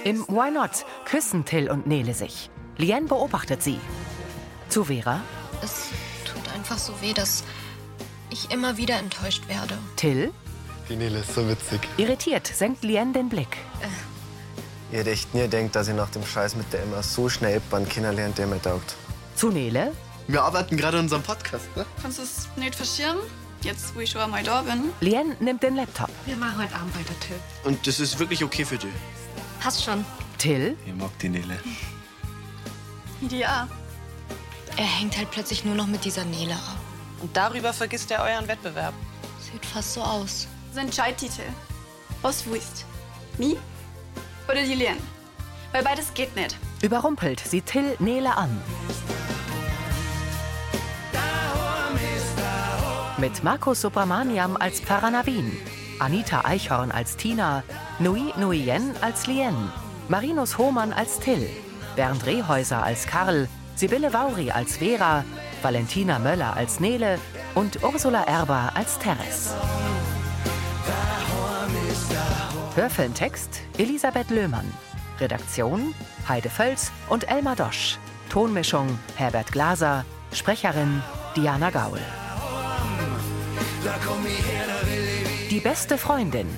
Im Why Not küssen Till und Nele sich. Lien beobachtet sie. Zu Vera. Es tut einfach so weh, dass ich immer wieder enttäuscht werde. Till. Die Nele ist so witzig. Irritiert senkt Lien den Blick. Ich hätte echt nie gedacht, dass ich nach dem Scheiß mit der Emma so schnell jemanden kennenlernt, der mir taugt. Zu Nele. Wir arbeiten gerade an unserem Podcast, ne? Kannst du es nicht verschirren? Jetzt, wo ich schon einmal da bin. Lien nimmt den Laptop. Wir machen heute Abend weiter, Till. Und das ist wirklich okay für dich? Passt schon. Till. Ich mag die Nele. Ja. Er hängt halt plötzlich nur noch mit dieser Nele ab. Und darüber vergisst er euren Wettbewerb. Sieht fast so aus. So ein Entscheidtitel. Was willst? Mich oder die Lien? Weil beides geht nicht. Überrumpelt sieht Till Nele an. Mit Markus Subramaniam als Pfarrer Navin, Anita Eichhorn als Tina, Nui Nguyen als Lien, Marinus Hohmann als Till, Bernd Rehäuser als Karl, Sibylle Vauri als Vera, Valentina Möller als Nele und Ursula Erber als Teres. Hörfilmtext Elisabeth Löhmann. Redaktion Heide Völz und Elmar Dosch. Tonmischung Herbert Glaser. Sprecherin Diana Gaul. Die beste Freundin.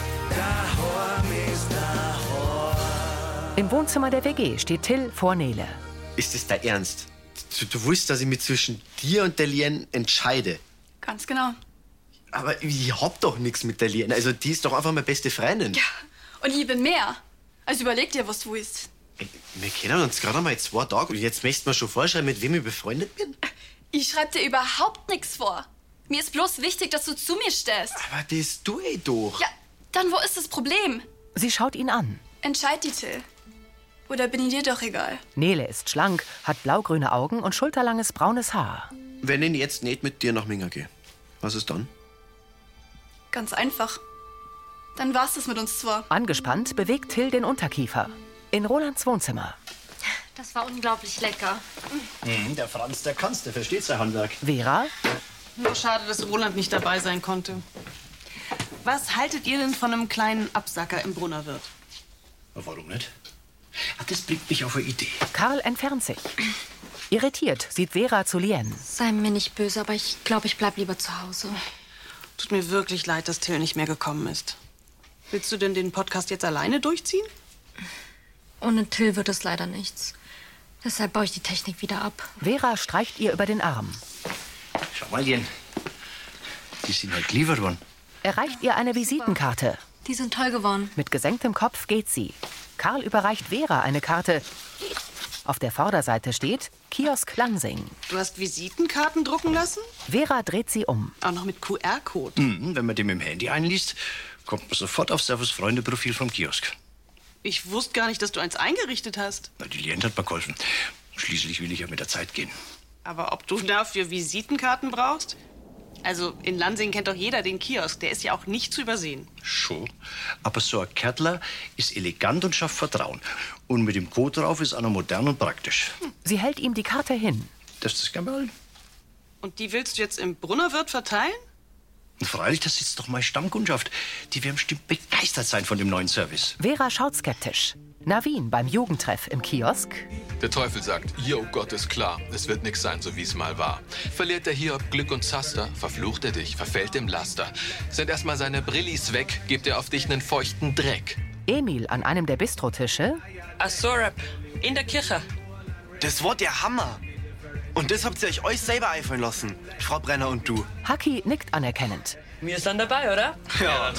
Im Wohnzimmer der WG steht Till vor Nele. Ist das dein Ernst? Du wusstest, dass ich mich zwischen dir und der Lien entscheide. Ganz genau. Aber ich hab doch nichts mit der Lien. Also die ist doch einfach meine beste Freundin. Ja. Und ich bin mehr. Also überleg dir, was du willst. Wir kennen uns gerade mal 2 Tage. Und jetzt möchtest du mir schon vorschreiben, mit wem ich befreundet bin? Ich schreib dir überhaupt nichts vor. Mir ist bloß wichtig, dass du zu mir stehst. Aber das tue ich doch. Ja, dann wo ist das Problem? Sie schaut ihn an. Entscheid die, Till. Oder bin ich dir doch egal? Nele ist schlank, hat blaugrüne Augen und schulterlanges braunes Haar. Wenn ich jetzt nicht mit dir nach Minga gehe, was ist dann? Ganz einfach. Dann war's das mit uns zwei. Angespannt bewegt Till den Unterkiefer. In Rolands Wohnzimmer. Das war unglaublich lecker. Der Franz, der kann's, der versteht sein Handwerk. Vera. Nur schade, dass Roland nicht dabei sein konnte. Was haltet ihr denn von einem kleinen Absacker im Brunnerwirt? Warum nicht? Ach, das bringt mich auf eine Idee. Karl entfernt sich. Irritiert sieht Vera zu Lien. Sei mir nicht böse, aber ich glaube, ich bleib lieber zu Hause. Tut mir wirklich leid, dass Till nicht mehr gekommen ist. Willst du denn den Podcast jetzt alleine durchziehen? Ohne Till wird es leider nichts. Deshalb baue ich die Technik wieder ab. Vera streicht ihr über den Arm. Schau mal, Jen. Die sind halt geliefert worden. Er reicht ihr eine Visitenkarte. Die sind toll geworden. Mit gesenktem Kopf geht sie. Karl überreicht Vera eine Karte. Auf der Vorderseite steht Kiosk Lansing. Du hast Visitenkarten drucken lassen? Vera dreht sie um. Auch noch mit QR-Code. Wenn man die mit dem Handy einliest, kommt man sofort auf Servus-Freunde-Profil vom Kiosk. Ich wusste gar nicht, dass du eins eingerichtet hast. Na, die Lien hat mir geholfen. Schließlich will ich ja mit der Zeit gehen. Aber ob du dafür Visitenkarten brauchst? Also in Lansing kennt doch jeder den Kiosk. Der ist ja auch nicht zu übersehen. Schon. Aber so ein Kärtler ist elegant und schafft Vertrauen. Und mit dem Code drauf ist einer modern und praktisch. Sie hält ihm die Karte hin. Das ist das gerne mal. Und die willst du jetzt im Brunnerwirt verteilen? Und freilich, das ist doch meine Stammkundschaft. Die werden bestimmt begeistert sein von dem neuen Service. Vera schaut skeptisch. Navin beim Jugendtreff im Kiosk. Der Teufel sagt, oh Gott, ist klar, es wird nix sein, so wie es mal war. Verliert der Hiob Glück und Zaster, verflucht er dich, verfällt im Laster. Sind erstmal seine Brillis weg, gibt er auf dich nen feuchten Dreck. Emil an einem der Bistrotische. Asorab, in der Kirche. Das war der Hammer. Und das habt ihr euch selber einfallen lassen, Frau Brenner und du. Haki nickt anerkennend. Wir sind dabei, oder? Ja.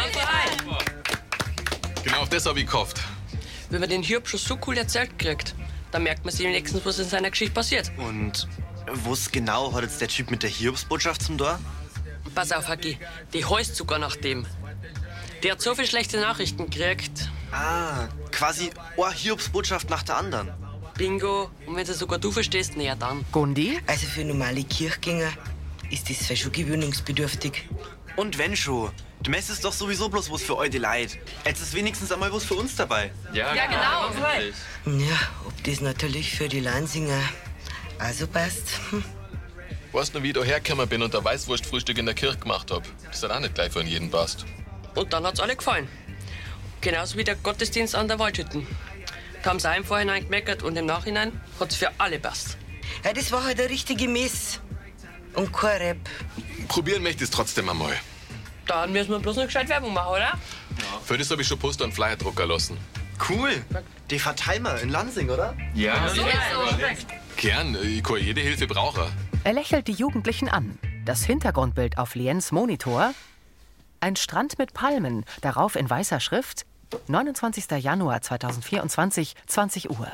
Genau auf das hab ich gehofft. Wenn man den Hiob schon so cool erzählt kriegt, dann merkt man sich wenigstens, was in seiner Geschichte passiert. Und was genau hat jetzt der Typ mit der Hiobsbotschaft zum Tor? Pass auf, Haki, die heißt sogar nach dem. Der hat so viele schlechte Nachrichten gekriegt. Ah, quasi eine Hiobsbotschaft nach der anderen. Bingo. Und wenn sogar du verstehst, näher dann. Gundi. Also für normale Kirchgänger ist das zwar schon gewöhnungsbedürftig. Und wenn schon. Die Messe ist doch sowieso bloß was für eure Leid. Jetzt ist wenigstens einmal was für uns dabei. Ja, genau. Ja, ob das natürlich für die Lansinger also passt. Weißt du, wie ich da hergekommen bin und der Weißwurstfrühstück in der Kirche gemacht hab? Das hat auch nicht gleich für jeden passt. Und dann hat's alle gefallen. Genauso wie der Gottesdienst an der Waldhütten. Da haben sie auch im Vorhinein gemeckert und im Nachhinein hat es für alle passt. Ja, das war halt eine richtige Mess. Und kein Rap. Probieren möchte ich es trotzdem einmal. Dann müssen wir bloß noch gescheit Werbung machen, oder? Für das habe ich schon Poster und Flyer drucken lassen. Cool. Die verteilen wir in Lansing, oder? Ja. Gern, ich kann jede Hilfe brauchen. Er lächelt die Jugendlichen an. Das Hintergrundbild auf Liens Monitor: ein Strand mit Palmen, darauf in weißer Schrift: 29. Januar 2024, 20 Uhr.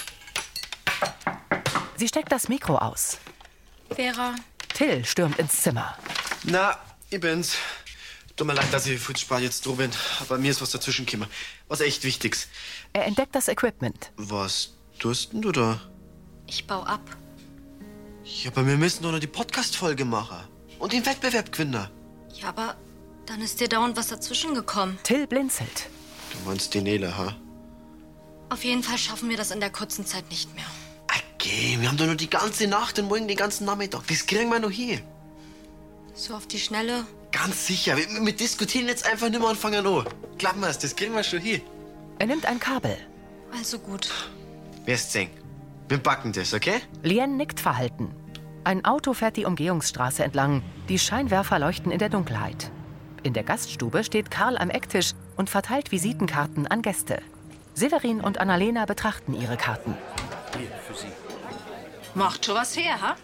Sie steckt das Mikro aus. Vera. Till stürmt ins Zimmer. Na, ich bin's. Tut mir leid, dass ich viel zu spät jetzt da bin. Aber mir ist was dazwischen gekommen. Was echt Wichtiges. Er entdeckt das Equipment. Was tust denn du da? Ich baue ab. Ja, aber wir müssen doch noch die Podcast-Folge machen. Und den Wettbewerb gewinnen. Ja, aber dann ist dir dauernd was dazwischen gekommen. Till blinzelt. Du meinst die Nele, ha? Auf jeden Fall schaffen wir das in der kurzen Zeit nicht mehr. Okay, wir haben doch nur die ganze Nacht und morgen den ganzen Nachmittag. Das kriegen wir noch hin. So auf die Schnelle. Ganz sicher. Wir diskutieren jetzt einfach nicht mehr und fangen an. Glaub mir's, das kriegen wir schon hin. Er nimmt ein Kabel. Also gut. Wirst sehen. Wir backen das, okay? Lien nickt verhalten. Ein Auto fährt die Umgehungsstraße entlang. Die Scheinwerfer leuchten in der Dunkelheit. In der Gaststube steht Karl am Ecktisch und verteilt Visitenkarten an Gäste. Severin und Annalena betrachten ihre Karten. Hier, für Sie. Macht schon was her, ha?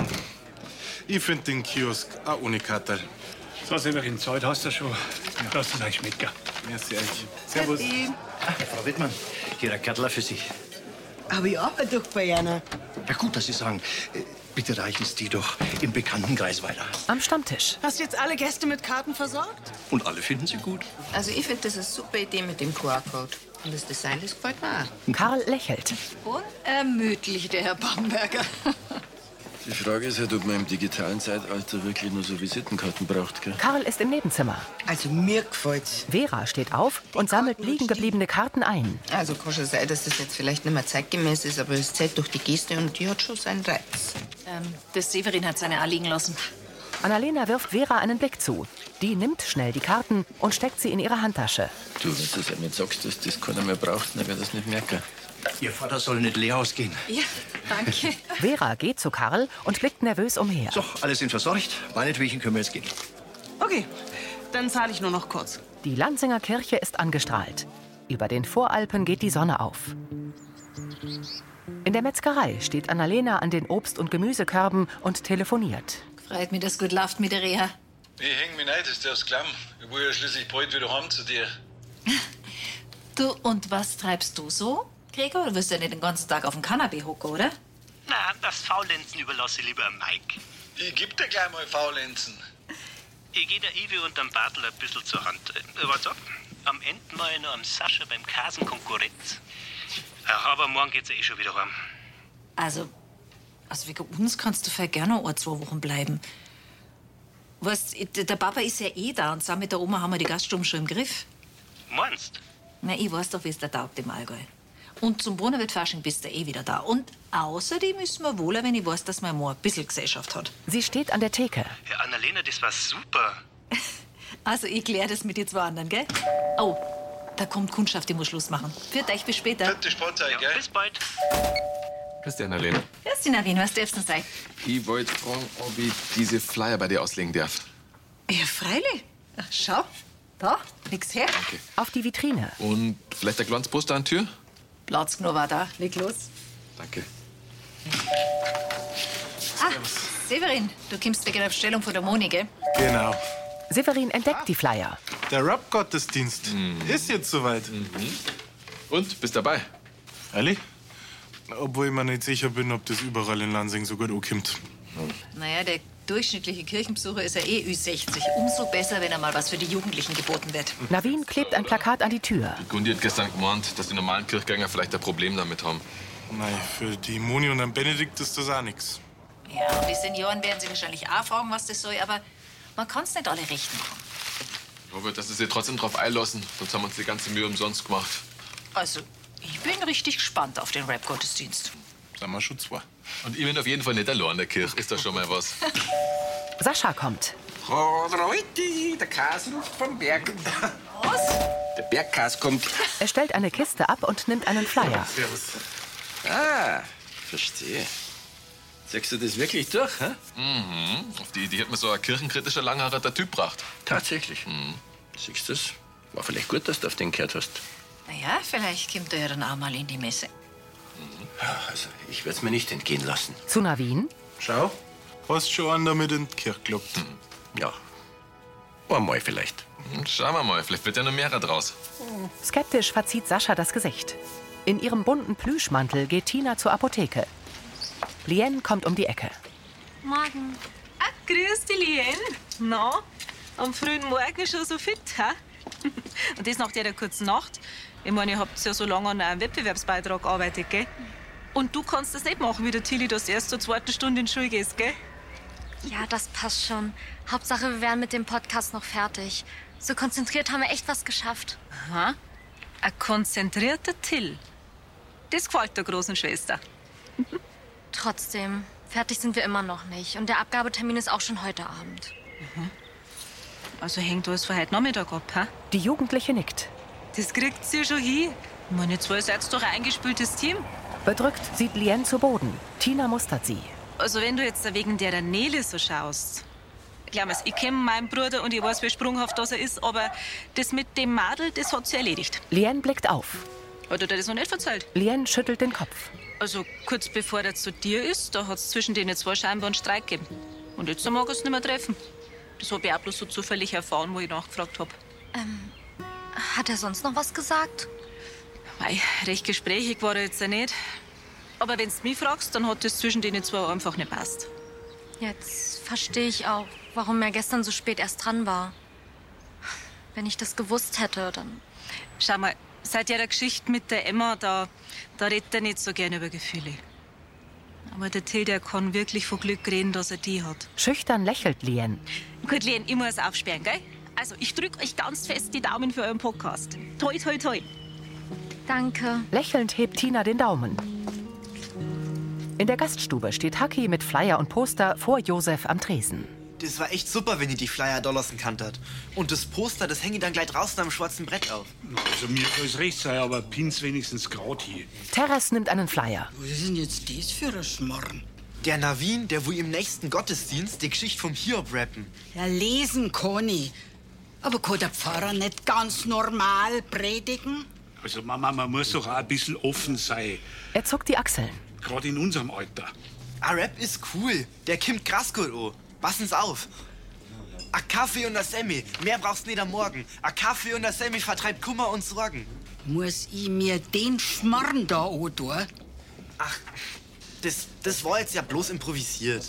Ich finde den Kiosk auch ohne Kater. So, Severin, Zeit hast du schon. Lass es euch schmecken. Merci euch. Servus. Frau Wittmann, hier ein Kettler für Sie. Aber ich arbeite doch bei einer. Ja, gut, dass Sie sagen. Bitte reichen Sie die doch im Bekanntenkreis weiter. Am Stammtisch. Hast du jetzt alle Gäste mit Karten versorgt? Und alle finden Sie gut. Also ich finde, das ist eine super Idee mit dem QR-Code. Und das Design, das gefällt mir auch. Karl lächelt. Unermüdlich, der Herr Bamberger. Die Frage ist halt, ob man im digitalen Zeitalter wirklich nur so Visitenkarten braucht, gell? Karl ist im Nebenzimmer. Also mir gefällt's. Vera steht auf und sammelt liegen gebliebene Karten ein. Also kann schon sein, dass das jetzt vielleicht nicht mehr zeitgemäß ist, aber es zählt durch die Geste und die hat schon seinen Reiz. Der Severin hat seine anliegen lassen. Annalena wirft Vera einen Blick zu. Die nimmt schnell die Karten und steckt sie in ihre Handtasche. Du, wenn du es nicht sagst, dass das keiner mehr braucht, dann wird das nicht merken. Ihr Vater soll nicht leer ausgehen. Ja, danke. Vera geht zu Karl und blickt nervös umher. So, alle sind versorgt. Meinetwegen können wir jetzt gehen. Okay, dann zahle ich nur noch kurz. Die Lansinger Kirche ist angestrahlt. Über den Voralpen geht die Sonne auf. In der Metzgerei steht Annalena an den Obst- und Gemüsekörben und telefoniert. Freut mich, dass gut läuft mit der Reha. Ich häng mich nicht, das darfst du glauben. Ich will ja schließlich bald wieder heim zu dir. Du, und was treibst du so, Gregor? Du wirst ja nicht den ganzen Tag auf dem Kanapee hocken, oder? Nein, das Faulenzen überlasse ich lieber Mike. Ich geb dir gleich mal Faulenzen. Ich gehe der Ivi und dem Bartel ein bisschen zur Hand. Warte ab. Am Ende mal noch am Sascha beim Kasenkonkurrenz. Aber morgen geht's ja eh schon wieder heim. Also wegen uns kannst du vielleicht gerne noch 2 Wochen bleiben. Weißt, der Papa ist ja eh da und zusammen mit der Oma haben wir die Gaststube schon im Griff. Meinst? Na, ich weiß doch, wie es da taugt im Allgäu. Und zum Brunnerwirt-Fasching bist du eh wieder da. Und außerdem ist mir wohler, wenn ich weiß, dass meine Mann ein bisschen Gesellschaft hat. Sie steht an der Theke. Ja, Annalena, das war super. Also, ich klär das mit den 2 anderen, gell? Oh, da kommt Kundschaft, die muss Schluss machen. Für euch, bis später. Gute Sportzeit, gell? Bis bald. Grüß dich, Annalena. Grüß dich, Navin, was darf's denn sein? Ich wollte fragen, ob ich diese Flyer bei dir auslegen darf. Ja, freilich. Ach, schau, da, nix her. Danke. Auf die Vitrine. Und vielleicht ein kleines Poster an die Tür? Platz genug war da, leg los. Danke. Severin, du kommst wegen der Bestellung von der Moni, gell? Genau. Severin entdeckt die Flyer. Der Rap-Gottesdienst ist jetzt soweit. Und, bist dabei? Ehrlich? Obwohl ich mir nicht sicher bin, ob das überall in Lansing so gut ankommt. Naja, der durchschnittliche Kirchenbesucher ist ja eh Ü60. Umso besser, wenn einmal was für die Jugendlichen geboten wird. Navin klebt ein Plakat an die Tür. Die Gundi hat gestern gemeint, dass die normalen Kirchgänger vielleicht ein Problem damit haben. Nein, für die Moni und den Benedikt ist das auch nichts. Ja, und die Senioren werden sich wahrscheinlich auch fragen, was das soll, aber man kann's nicht alle recht machen. Ich hoffe, dass sie sich trotzdem drauf einlassen, sonst haben wir uns die ganze Mühe umsonst gemacht. Also, ich bin richtig gespannt auf den Rap-Gottesdienst. Sind wir schon 2. Und ich bin auf jeden Fall nicht allein in der Kirche, ist da schon mal was. Sascha kommt. Leute, der Käse ruft vom Berg. Was? Der Bergkäse kommt. Er stellt eine Kiste ab und nimmt einen Flyer. Servus. Ah, verstehe. Sagst du das wirklich durch, hä? Mhm. Auf die Idee hat mir so ein kirchenkritischer, langhaariger Typ gebracht. Tatsächlich. Siehst du das? War vielleicht gut, dass du auf den gehört hast. Naja, vielleicht kommt er ja dann auch mal in die Messe. Ja, also, ich werde es mir nicht entgehen lassen. Zu Navin. Schau, hast schon einen damit in die Kirche geklappt. Ja, einmal vielleicht. Schauen wir mal, vielleicht wird ja noch mehrer draus. Skeptisch verzieht Sascha das Gesicht. In ihrem bunten Plüschmantel geht Tina zur Apotheke. Lien kommt um die Ecke. Morgen. Ah, grüß dich, Lien. Na, am frühen Morgen schon so fit, hä? Und das nach der kurzen Nacht. Ich meine, ihr habt ja so lange an einem Wettbewerbsbeitrag gearbeitet, gell? Und du kannst das nicht machen, wie der Tilly, dass du erst zur 2. Stunde in die Schule gehst, gell? Ja, das passt schon. Hauptsache, wir werden mit dem Podcast noch fertig. So konzentriert haben wir echt was geschafft. Aha. Ein konzentrierter Till. Das gefällt der großen Schwester. Trotzdem, fertig sind wir immer noch nicht. Und der Abgabetermin ist auch schon heute Abend. Also hängt alles von heute Nachmittag ab, hä? Die Jugendliche nickt. Das kriegt sie schon hin. Ich meine, 2 seid doch ein eingespieltes Team. Bedrückt sieht Lien zu Boden. Tina mustert sie. Also wenn du jetzt wegen der Nele so schaust. Glaub mir's, ich kenne meinen Bruder und ich weiß, wie sprunghaft das er ist, aber das mit dem Madel, das hat sie erledigt. Lien blickt auf. Hat er dir das noch nicht erzählt? Lien schüttelt den Kopf. Also kurz bevor er zu dir ist, da hat es zwischen denen 2 scheinbar einen Streit gegeben. Und jetzt mag er es nicht mehr treffen. Das habe ich auch bloß so zufällig erfahren, wo ich nachgefragt habe. Hat er sonst noch was gesagt? Mei, recht gesprächig war er jetzt ja nicht. Aber wenn du mich fragst, dann hat es zwischen denen 2 einfach nicht passt. Jetzt verstehe ich auch, warum er gestern so spät erst dran war. Wenn ich das gewusst hätte, dann... Schau mal, seit der Geschichte mit der Emma, da redet er nicht so gern über Gefühle. Aber der Till, der kann wirklich von Glück reden, dass er die hat. Schüchtern lächelt Lien. Gut, Lien, ich muss aufsperren, gell? Also, ich drück euch ganz fest die Daumen für euren Podcast. Toi, toi, toi. Danke. Lächelnd hebt Tina den Daumen. In der Gaststube steht Haki mit Flyer und Poster vor Josef am Tresen. Das war echt super, wenn ihr die Flyer Dollarsen kanntet. Und das Poster, das hänge ich dann gleich draußen am schwarzen Brett auf. Also mir soll es recht sein, aber pins wenigstens Kraut hier. Teres nimmt einen Flyer. Was ist denn jetzt das für ein Schmarrn? Der Navin, der wohl im nächsten Gottesdienst die Geschichte vom Hiob rappen. Ja, lesen kann ich. Aber kann der Pfarrer nicht ganz normal predigen? Also Mama, man muss doch auch ein bisschen offen sein. Er zuckt die Achseln. Gerade in unserem Alter. Ein Rap ist cool. Der kommt krass gut an. Passen's auf. A Kaffee und a Semi. Mehr brauchst nicht am Morgen. A Kaffee und a Semi vertreibt Kummer und Sorgen. Muss ich mir den Schmarrn da antun? Ach, das war jetzt ja bloß improvisiert.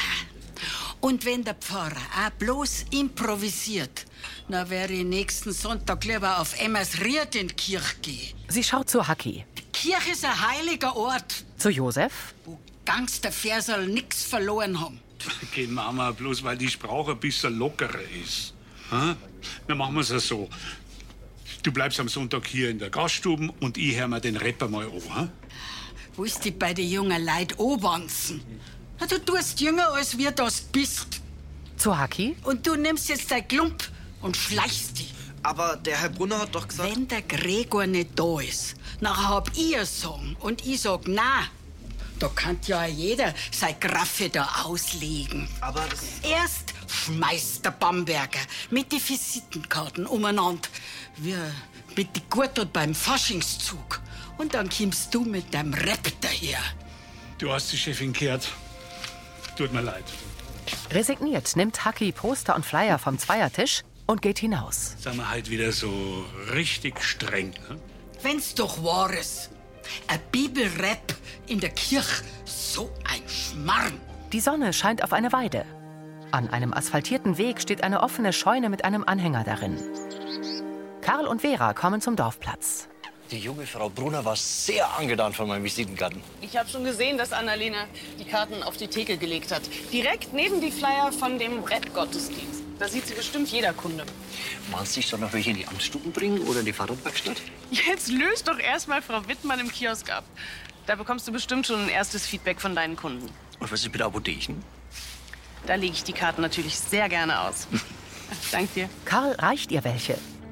Und wenn der Pfarrer auch bloß improvisiert, dann wäre ich nächsten Sonntag lieber auf Emmersried in die Kirche gehen. Sie schaut zu Haki. Die Kirche ist ein heiliger Ort, Zu Josef. wo Gangsterferserl nix verloren haben. Geh Mama, bloß weil die Sprache ein bisschen lockerer ist. Ha? Dann machen wir's ja so. Du bleibst am Sonntag hier in der Gaststube und ich hör mir den Rapper mal an. Ha? Willst dich bei den jungen Leuten anwanzen? Na, du tust jünger, als wir das bist. Zu Haki. Und du nimmst jetzt dein Klump und schleichst dich. Aber der Herr Brunner hat doch gesagt... Wenn der Gregor nicht da ist, nachher hab ich ein Song und ich sag nein. Da kann ja jeder sein Graffe da auslegen. Aber das... Erst schmeißt der Bamberger mit die Visitenkarten umeinander, wie mit die Gürtel beim Faschingszug. Und dann kommst du mit deinem Rap daher. Du hast die Chefin gehört. Tut mir leid. Resigniert nimmt Haki Poster und Flyer vom Zweiertisch und geht hinaus. Sind wir halt wieder so richtig streng. Ne? Wenn's doch wahr ist. Ein Bibelrap in der Kirche, so ein Schmarrn. Die Sonne scheint auf eine Weide. An einem asphaltierten Weg steht eine offene Scheune mit einem Anhänger darin. Karl und Vera kommen zum Dorfplatz. Die junge Frau Brunner war sehr angetan von meinem Visitenkarten. Ich habe schon gesehen, dass Annalena die Karten auf die Theke gelegt hat. Direkt neben die Flyer von dem Rap-Gottesdienst. Da sieht sie bestimmt jeder Kunde. Meinst du, ich soll noch welche in die Amtsstuben bringen oder in die Fahrradwerkstatt? Jetzt löst doch erstmal Frau Wittmann im Kiosk ab. Da bekommst du bestimmt schon ein erstes Feedback von deinen Kunden. Und was ist mit Apotheken? Da lege ich die Karten natürlich sehr gerne aus. Dank dir. Karl reicht ihr welche.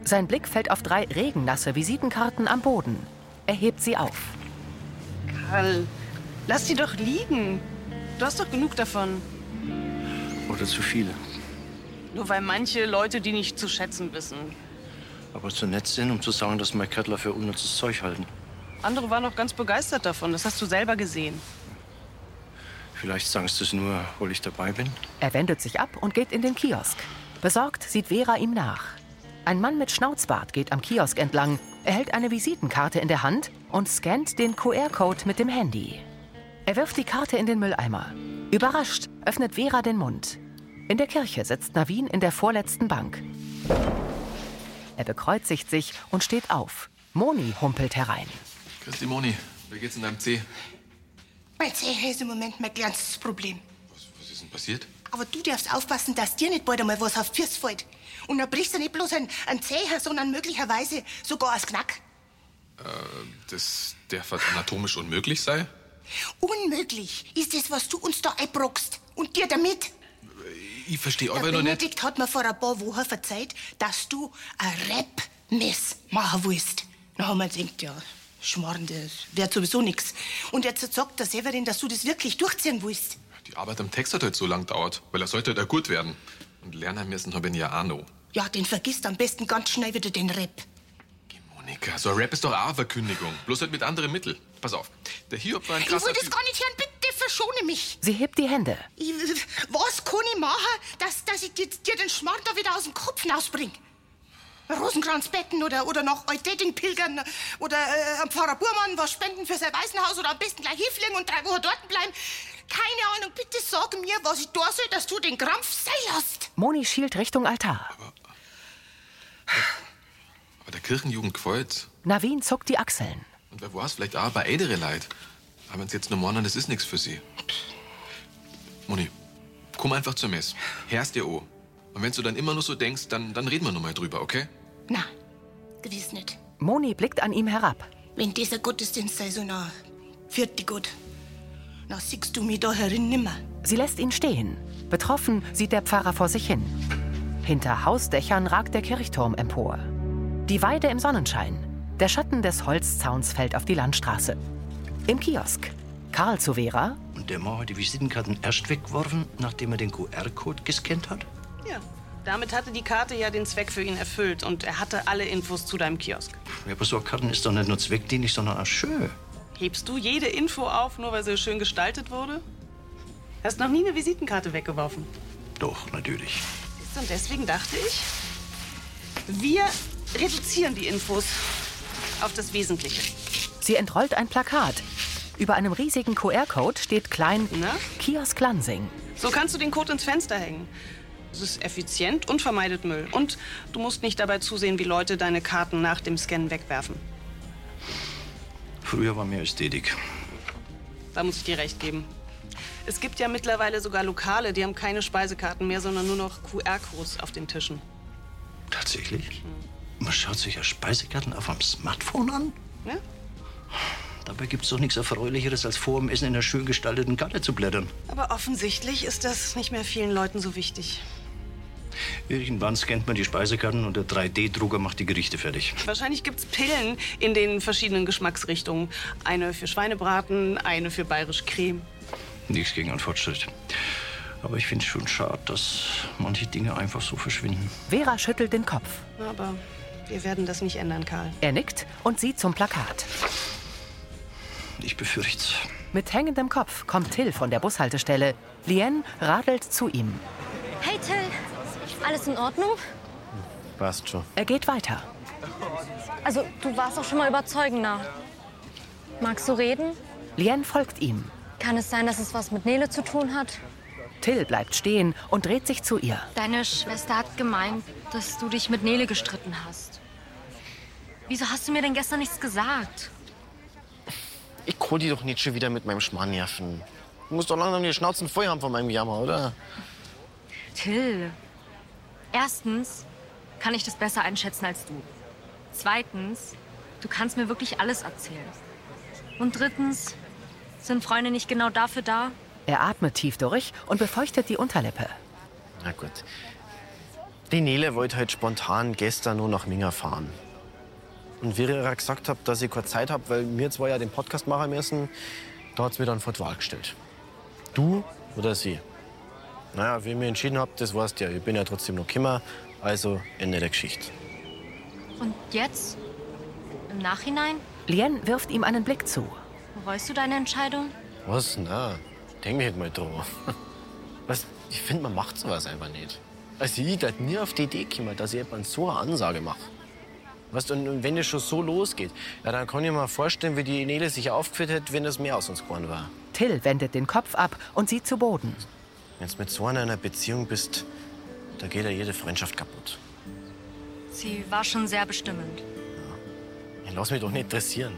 Sein Blick fällt auf 3 regennasse Visitenkarten am Boden. Er hebt sie auf. Karl, lass die doch liegen. Du hast doch genug davon. Oder zu viele. Nur weil manche Leute die nicht zu schätzen wissen. Aber zu nett sind, um zu sagen, dass mein Kettler für unnützes Zeug halten. Andere waren auch ganz begeistert davon. Das hast du selber gesehen. Vielleicht sagst du es nur, weil ich dabei bin. Er wendet sich ab und geht in den Kiosk. Besorgt sieht Vera ihm nach. Ein Mann mit Schnauzbart geht am Kiosk entlang. Er hält eine Visitenkarte in der Hand und scannt den QR-Code mit dem Handy. Er wirft die Karte in den Mülleimer. Überrascht öffnet Vera den Mund. In der Kirche sitzt Navin in der vorletzten Bank. Er bekreuzigt sich und steht auf. Moni humpelt herein. Christi Moni, wie geht's in deinem Zeh? Mein Zeh ist im Moment mein kleinstes Problem. Was ist denn passiert? Aber du darfst aufpassen, dass dir nicht bald einmal was auf die Füße fällt. Und dann brichst du nicht bloß ein Zeh, sondern möglicherweise sogar ein Knack. Das darf anatomisch unmöglich sei? Unmöglich ist es, was du uns da einbrockst. Und dir damit. Ich verstehe Der aber noch nicht. Benedikt hat mir vor ein paar Wochen verzeiht, dass du ein Rap-Mess machen willst. Dann haben wir gedacht, ja, Schmarrn, das wird sowieso nix. Und jetzt sagt der Severin, dass du das wirklich durchziehen willst. Die Arbeit am Text hat halt so lang gedauert, weil er sollte halt auch gut werden. Und lernen müssen haben ihn ja auch noch. Ja, den vergisst am besten ganz schnell wieder den Rap. Monika, so ein Rap ist doch auch eine Verkündigung. Bloß halt mit anderen Mitteln. Pass auf, der Hiob war ein Ich krasser will das Typ. gar nicht hören, bitte verschone mich. Sie hebt die Hände. Was kann ich machen, dass ich dir den Schmarrn da wieder aus dem Kopf rausbringe? Rosenkranzbetten oder noch Alt-Dating pilgern oder am Pfarrer Burmann was spenden für sein Waisenhaus oder am besten gleich hinfliegen und 3 Wochen dort bleiben. Keine Ahnung, bitte sag mir, was ich da soll, dass du den Krampf sein lässt. Moni schielt Richtung Altar. Aber der Kirchenjugend gefällt. Navin zuckt die Achseln. Und wer weiß, vielleicht auch bei ältere Leid. Aber wenn sie jetzt nur meinen, das ist nichts für sie. Moni, komm einfach zur Messe. Hörst dir an. Und wenn du dann immer nur so denkst, dann reden wir noch mal drüber, okay? Na, gewiss nicht. Moni blickt an ihm herab. Wenn dieser Gottesdienst sei, so na, vierte Gott. Na, siehst du mich da herin nimmer. Sie lässt ihn stehen. Betroffen sieht der Pfarrer vor sich hin. Hinter Hausdächern ragt der Kirchturm empor. Die Weide im Sonnenschein. Der Schatten des Holzzauns fällt auf die Landstraße. Im Kiosk. Karl zu Vera. Und der Mann hat die Visitenkarten erst weggeworfen, nachdem er den QR-Code gescannt hat? Ja, damit hatte die Karte ja den Zweck für ihn erfüllt und er hatte alle Infos zu deinem Kiosk. Ja, aber so eine Karte ist doch nicht nur zweckdienlich, sondern auch schön. Hebst du jede Info auf, nur weil sie schön gestaltet wurde? Hast noch nie eine Visitenkarte weggeworfen. Doch, natürlich. Siehst du, und deswegen dachte ich, wir reduzieren die Infos auf das Wesentliche. Sie entrollt ein Plakat. Über einem riesigen QR-Code steht klein Kiosk Lansing. So kannst du den Code ins Fenster hängen. Es ist effizient und vermeidet Müll. Und du musst nicht dabei zusehen, wie Leute deine Karten nach dem Scannen wegwerfen. Früher war mehr Ästhetik. Da muss ich dir recht geben. Es gibt ja mittlerweile sogar Lokale, die haben keine Speisekarten mehr, sondern nur noch QR-Codes auf den Tischen. Tatsächlich? Man schaut sich ja Speisekarten auf einem Smartphone an? Ja? Dabei gibt's doch nichts Erfreulicheres, als vor dem Essen in einer schön gestalteten Karte zu blättern. Aber offensichtlich ist das nicht mehr vielen Leuten so wichtig. Irgendwann scannt man die Speisekarten und der 3D-Drucker macht die Gerichte fertig. Wahrscheinlich gibt's Pillen in den verschiedenen Geschmacksrichtungen. Eine für Schweinebraten, eine für bayerisch Creme. Nichts gegen einen Fortschritt. Aber ich finde es schon schade, dass manche Dinge einfach so verschwinden. Vera schüttelt den Kopf. Aber wir werden das nicht ändern, Karl. Er nickt und sieht zum Plakat. Ich befürchte. Mit hängendem Kopf kommt Till von der Bushaltestelle. Lien radelt zu ihm. Hey Till, alles in Ordnung? Passt schon. Er geht weiter. Also, du warst auch schon mal überzeugender. Magst du reden? Lien folgt ihm. Kann es sein, dass es was mit Nele zu tun hat? Till bleibt stehen und dreht sich zu ihr. Deine Schwester hat gemeint, dass du dich mit Nele gestritten hast. Wieso hast du mir denn gestern nichts gesagt? Ich kann die doch nicht schon wieder mit meinem Schmarrn nerven. Du musst doch langsam die Schnauzen voll haben von meinem Jammer, oder? Till, erstens kann ich das besser einschätzen als du. Zweitens, du kannst mir wirklich alles erzählen. Und drittens, sind Freunde nicht genau dafür da? Er atmet tief durch und befeuchtet die Unterlippe. Na gut. Die Nele wollte halt spontan gestern nur nach Minga fahren. Und wie ich ihr gesagt habe, dass ich keine Zeit habe, weil wir zwei ja den Podcast machen müssen, da hat sie mir dann vor die Wahl gestellt. Du oder sie? Naja, wie ich mich entschieden habe, das weißt du ja. Ich bin ja trotzdem noch gekommen, also Ende der Geschichte. Und jetzt? Im Nachhinein? Lien wirft ihm einen Blick zu. Bereust du deine Entscheidung? Was? Na, denk mir halt mal drauf. Was? Ich finde, man macht sowas einfach nicht. Also ich hätte nie auf die Idee gekommen, dass ich jemand so eine Ansage mache. Weißt, und wenn es schon so losgeht, ja, dann kann ich mir vorstellen, wie die Nele sich aufgeführt hätte, wenn das mehr aus uns geworden war. Till wendet den Kopf ab und sieht zu Boden. Wenn du mit so einer in einer Beziehung bist, da geht ja jede Freundschaft kaputt. Sie war schon sehr bestimmend. Ja, lass mich doch nicht dressieren.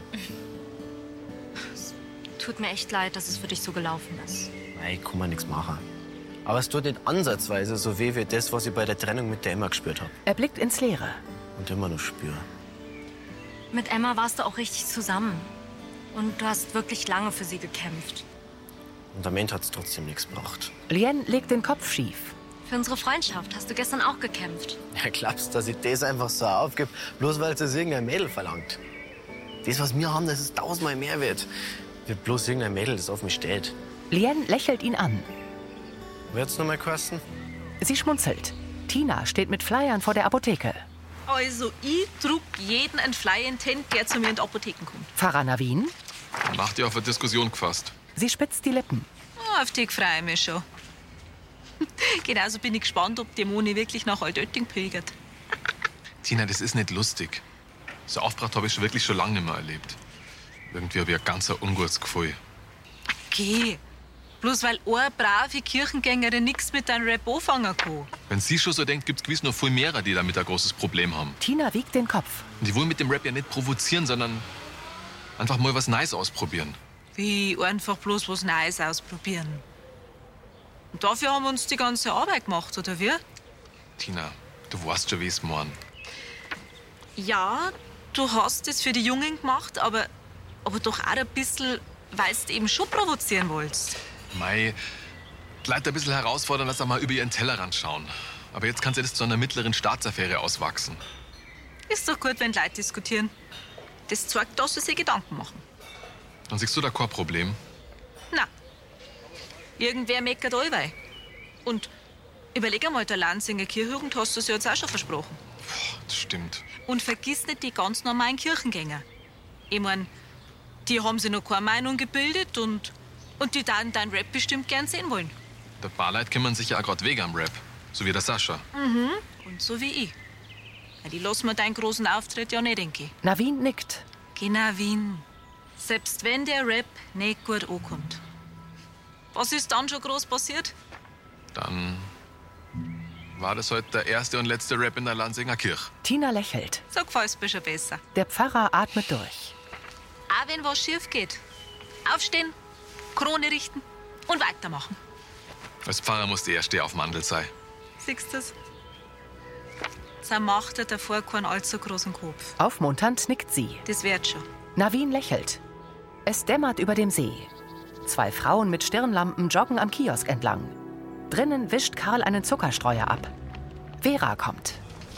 Es tut mir echt leid, dass es für dich so gelaufen ist. Nein, ich kann mir nichts machen. Aber es tut nicht ansatzweise so weh wie das, was ich bei der Trennung mit der Emma gespürt habe. Er blickt ins Leere. Und immer noch spüre. Mit Emma warst du auch richtig zusammen. Und du hast wirklich lange für sie gekämpft. Und am Ende hat es trotzdem nichts gebracht. Lien legt den Kopf schief. Für unsere Freundschaft hast du gestern auch gekämpft. Ja, glaubst du, dass ich das einfach so aufgebe, bloß weil es irgendein Mädel verlangt? Das, was wir haben, das ist 1000-mal mehr wert. Wie bloß irgendein Mädel, das auf mich steht. Lien lächelt ihn an. Wird's noch mal kosten? Sie schmunzelt. Tina steht mit Flyern vor der Apotheke. Also, ich druck jeden einen Flyer in den, der zu mir in die Apotheken kommt. Pfarrer Navin? Macht ihr auf eine Diskussion gefasst? Sie spitzt die Lippen. Oh, auf die freue ich mich schon. Genauso bin ich gespannt, ob die Moni wirklich nach Altötting pilgert. Tina, das ist nicht lustig. So aufgebracht habe ich wirklich schon lange nicht mehr erlebt. Irgendwie habe ich ein ganz ungutes Gefühl. Geh. Bloß weil eine brave Kirchengängerin nichts mit deinem Rap anfangen kann. Wenn sie schon so denkt, gibt es gewiss noch viel mehr, die damit ein großes Problem haben. Tina wiegt den Kopf. Und die wollen mit dem Rap ja nicht provozieren, sondern einfach mal was Neues ausprobieren. Wie einfach bloß was Neues ausprobieren. Und dafür haben wir uns die ganze Arbeit gemacht, oder wie? Tina, du weißt schon, wie es morgen. Ja, du hast es für die Jungen gemacht, aber doch auch ein bisschen, weil du eben schon provozieren wolltest. Mei, die Leute ein bisschen herausfordern, lass auch mal über ihren Tellerrand schauen. Aber jetzt kann sie das zu einer mittleren Staatsaffäre auswachsen. Ist doch gut, wenn die Leute diskutieren. Das zeigt, dass sie sich Gedanken machen. Dann siehst du da kein Problem? Na, irgendwer meckert allweil. Und überleg einmal, der Lanzinger Kirchjugend hast du es ja jetzt auch schon versprochen. Das stimmt. Und vergiss nicht die ganz normalen Kirchengänger. Ich mein, die haben sich noch keine Meinung gebildet und die dann dein Rap bestimmt gern sehen wollen. Der Barleit kümmern sich ja auch gerade wegen am Rap. So wie der Sascha. Mhm. Und so wie ich. Ja, die lassen mir deinen großen Auftritt ja nicht, denke ich. Navin nickt. Genau, Wien. Selbst wenn der Rap nicht gut ankommt. Was ist dann schon groß passiert? Dann war das heute der erste und letzte Rap in der Lanzinger Kirche. Tina lächelt. So gefällt's mir schon besser. Der Pfarrer atmet durch. Auch wenn was schief geht. Aufstehen, Krone richten und weitermachen. Als Pfarrer muss der Erste auf Mandel sein. Siehst du's? So macht er davor keinen allzu großen Kopf. Aufmunternd nickt sie. Das wird schon. Navin lächelt. Es dämmert über dem See. 2 Frauen mit Stirnlampen joggen am Kiosk entlang. Drinnen wischt Karl einen Zuckerstreuer ab. Vera kommt.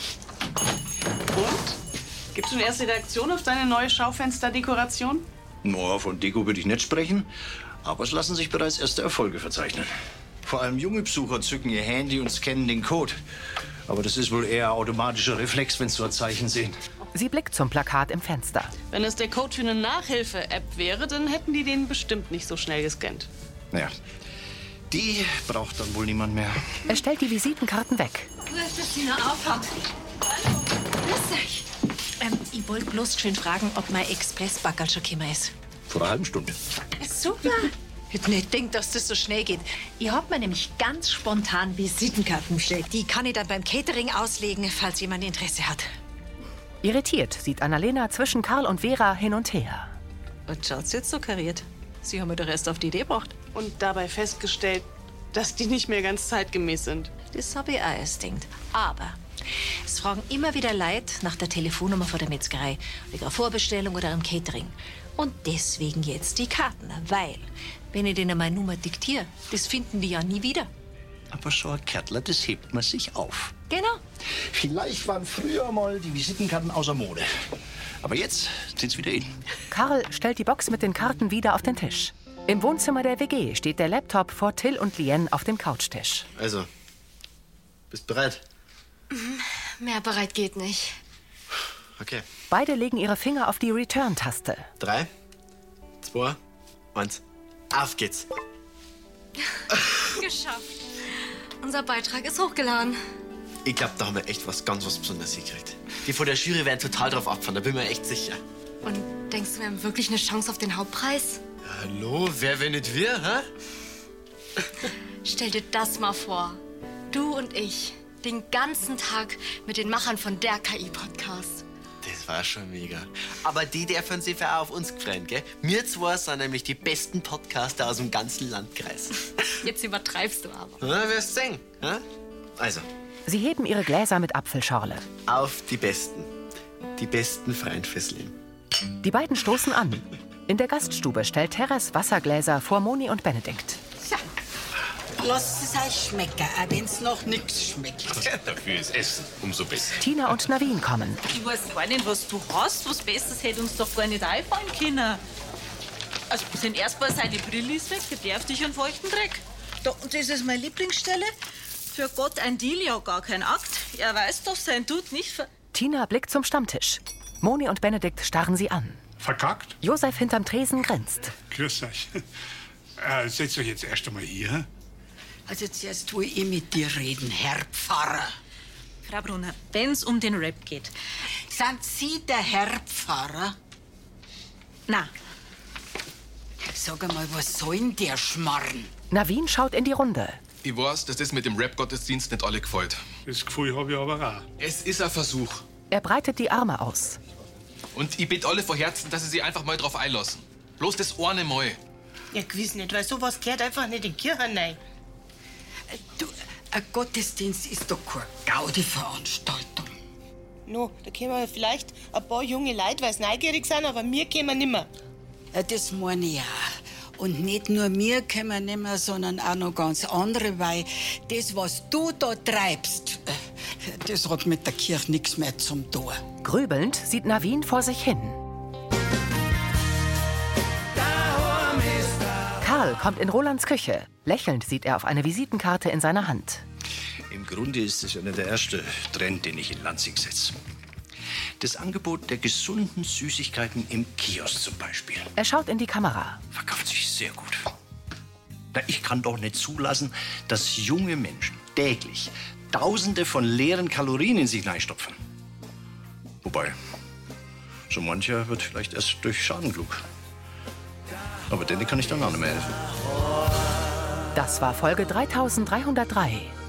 Und? Gibt's schon erste Reaktion auf deine neue Schaufensterdekoration? No, von Deko würde ich nicht sprechen, aber es lassen sich bereits erste Erfolge verzeichnen. Vor allem junge Besucher zücken ihr Handy und scannen den Code. Aber das ist wohl eher automatischer Reflex, wenn sie so ein Zeichen sehen. Sie blickt zum Plakat im Fenster. Wenn es der Code für eine Nachhilfe-App wäre, dann hätten die den bestimmt nicht so schnell gescannt. Naja, die braucht dann wohl niemand mehr. Er stellt die Visitenkarten weg. Gut, dass Sie noch aufhaben. Hallo, grüß euch. Ich wollte bloß schön fragen, ob mein Expressbackerl schon gekommen ist. Vor einer halben Stunde. Super. Ich hätte nicht gedacht, dass das so schnell geht. Ich hab mir nämlich ganz spontan Visitenkarten bestellt. Die kann ich dann beim Catering auslegen, falls jemand Interesse hat. Irritiert sieht Annalena zwischen Karl und Vera hin und her. Und schaut's jetzt so kariert? Sie haben mir doch erst auf die Idee gebracht. Und dabei festgestellt, dass die nicht mehr ganz zeitgemäß sind. Das habe ich auch erst gedacht. Aber es fragen immer wieder Leute nach der Telefonnummer von der Metzgerei, wegen einer Vorbestellung oder einem Catering. Und deswegen jetzt die Karten, weil, wenn ich denen meine Nummer diktiere, das finden die ja nie wieder. Aber so ein Kärtler, das hebt man sich auf. Genau. Vielleicht waren früher mal die Visitenkarten außer Mode. Aber jetzt sind's wieder in. Karl stellt die Box mit den Karten wieder auf den Tisch. Im Wohnzimmer der WG steht der Laptop vor Till und Lien auf dem Couchtisch. Also, bist bereit? Mehr bereit geht nicht. Okay. Beide legen ihre Finger auf die Return-Taste. 3, 2, 1. Auf geht's. Geschafft. Unser Beitrag ist hochgeladen. Ich glaube, da haben wir echt was Besonderes gekriegt. Die von der Jury werden total drauf abfahren, da bin ich mir echt sicher. Und denkst du, wir haben wirklich eine Chance auf den Hauptpreis? Hallo, wer, wenn nicht wir, hä? Stell dir das mal vor. Du und ich, den ganzen Tag mit den Machern von der KI-Podcast. Das war schon mega. Aber die dürfen sich auch auf uns gefreut, gell? Wir zwei sind nämlich die besten Podcaster aus dem ganzen Landkreis. Jetzt übertreibst du aber. Na, wirst sehen, hä? Also. Sie heben ihre Gläser mit Apfelschorle. Auf die Besten. Die besten Freund fürs Leben. Die beiden stoßen an. In der Gaststube stellt Teres Wassergläser vor Moni und Benedikt. So. Lasst es euch schmecken, auch wenn es noch nichts schmeckt. Dafür ist Essen umso besser. Tina und Navin kommen. Ich weiß gar nicht, was du hast. Was Besseres hätte uns doch gar nicht einfallen können. Also, wir sind erstmal seine Brille ist weg, der darf dich einen feuchten Dreck. Da, und das ist meine Lieblingsstelle. Für Gott ein Deal, ja gar kein Akt. Er weiß doch, sein Tut nicht ver... Tina blickt zum Stammtisch. Moni und Benedikt starren sie an. Verkackt? Josef hinterm Tresen grinst. Grüß euch. Setzt euch jetzt erst einmal hier. Also zuerst will ich mit dir reden, Herr Pfarrer. Frau Brunner, wenn's um den Rap geht. Sind Sie der Herr Pfarrer? Na. Sag einmal, was soll denn der Schmarrn? Navin schaut in die Runde. Ich weiß, dass das mit dem Rap-Gottesdienst nicht alle gefällt. Das Gefühl habe ich aber auch. Es ist ein Versuch. Er breitet die Arme aus. Und ich bitte alle vor Herzen, dass sie sich einfach mal drauf einlassen. Bloß das eine Mal. Ja, gewiss nicht, weil sowas gehört einfach nicht in die Kirche rein. Du, ein Gottesdienst ist doch keine Gaudi-Veranstaltung. No, da kommen vielleicht ein paar junge Leute, weil sie neugierig sind, aber wir kommen nimmer. Ja, das meine ich auch. Und nicht nur wir kommen nimmer, sondern auch noch ganz andere, weil das, was du da treibst, das hat mit der Kirche nichts mehr zum tun. Grübelnd sieht Navin vor sich hin. Karl kommt in Rolands Küche. Lächelnd sieht er auf eine Visitenkarte in seiner Hand. Im Grunde ist es einer der erste Trend, den ich in Lansing setze. Das Angebot der gesunden Süßigkeiten im Kiosk zum Beispiel. Er schaut in die Kamera. Verkauft sich sehr gut. Na, ich kann doch nicht zulassen, dass junge Menschen täglich Tausende von leeren Kalorien in sich hineinstopfen. Wobei, so mancher wird vielleicht erst durch Schaden klug. Aber denen kann ich dann auch nicht mehr helfen. Das war Folge 3303.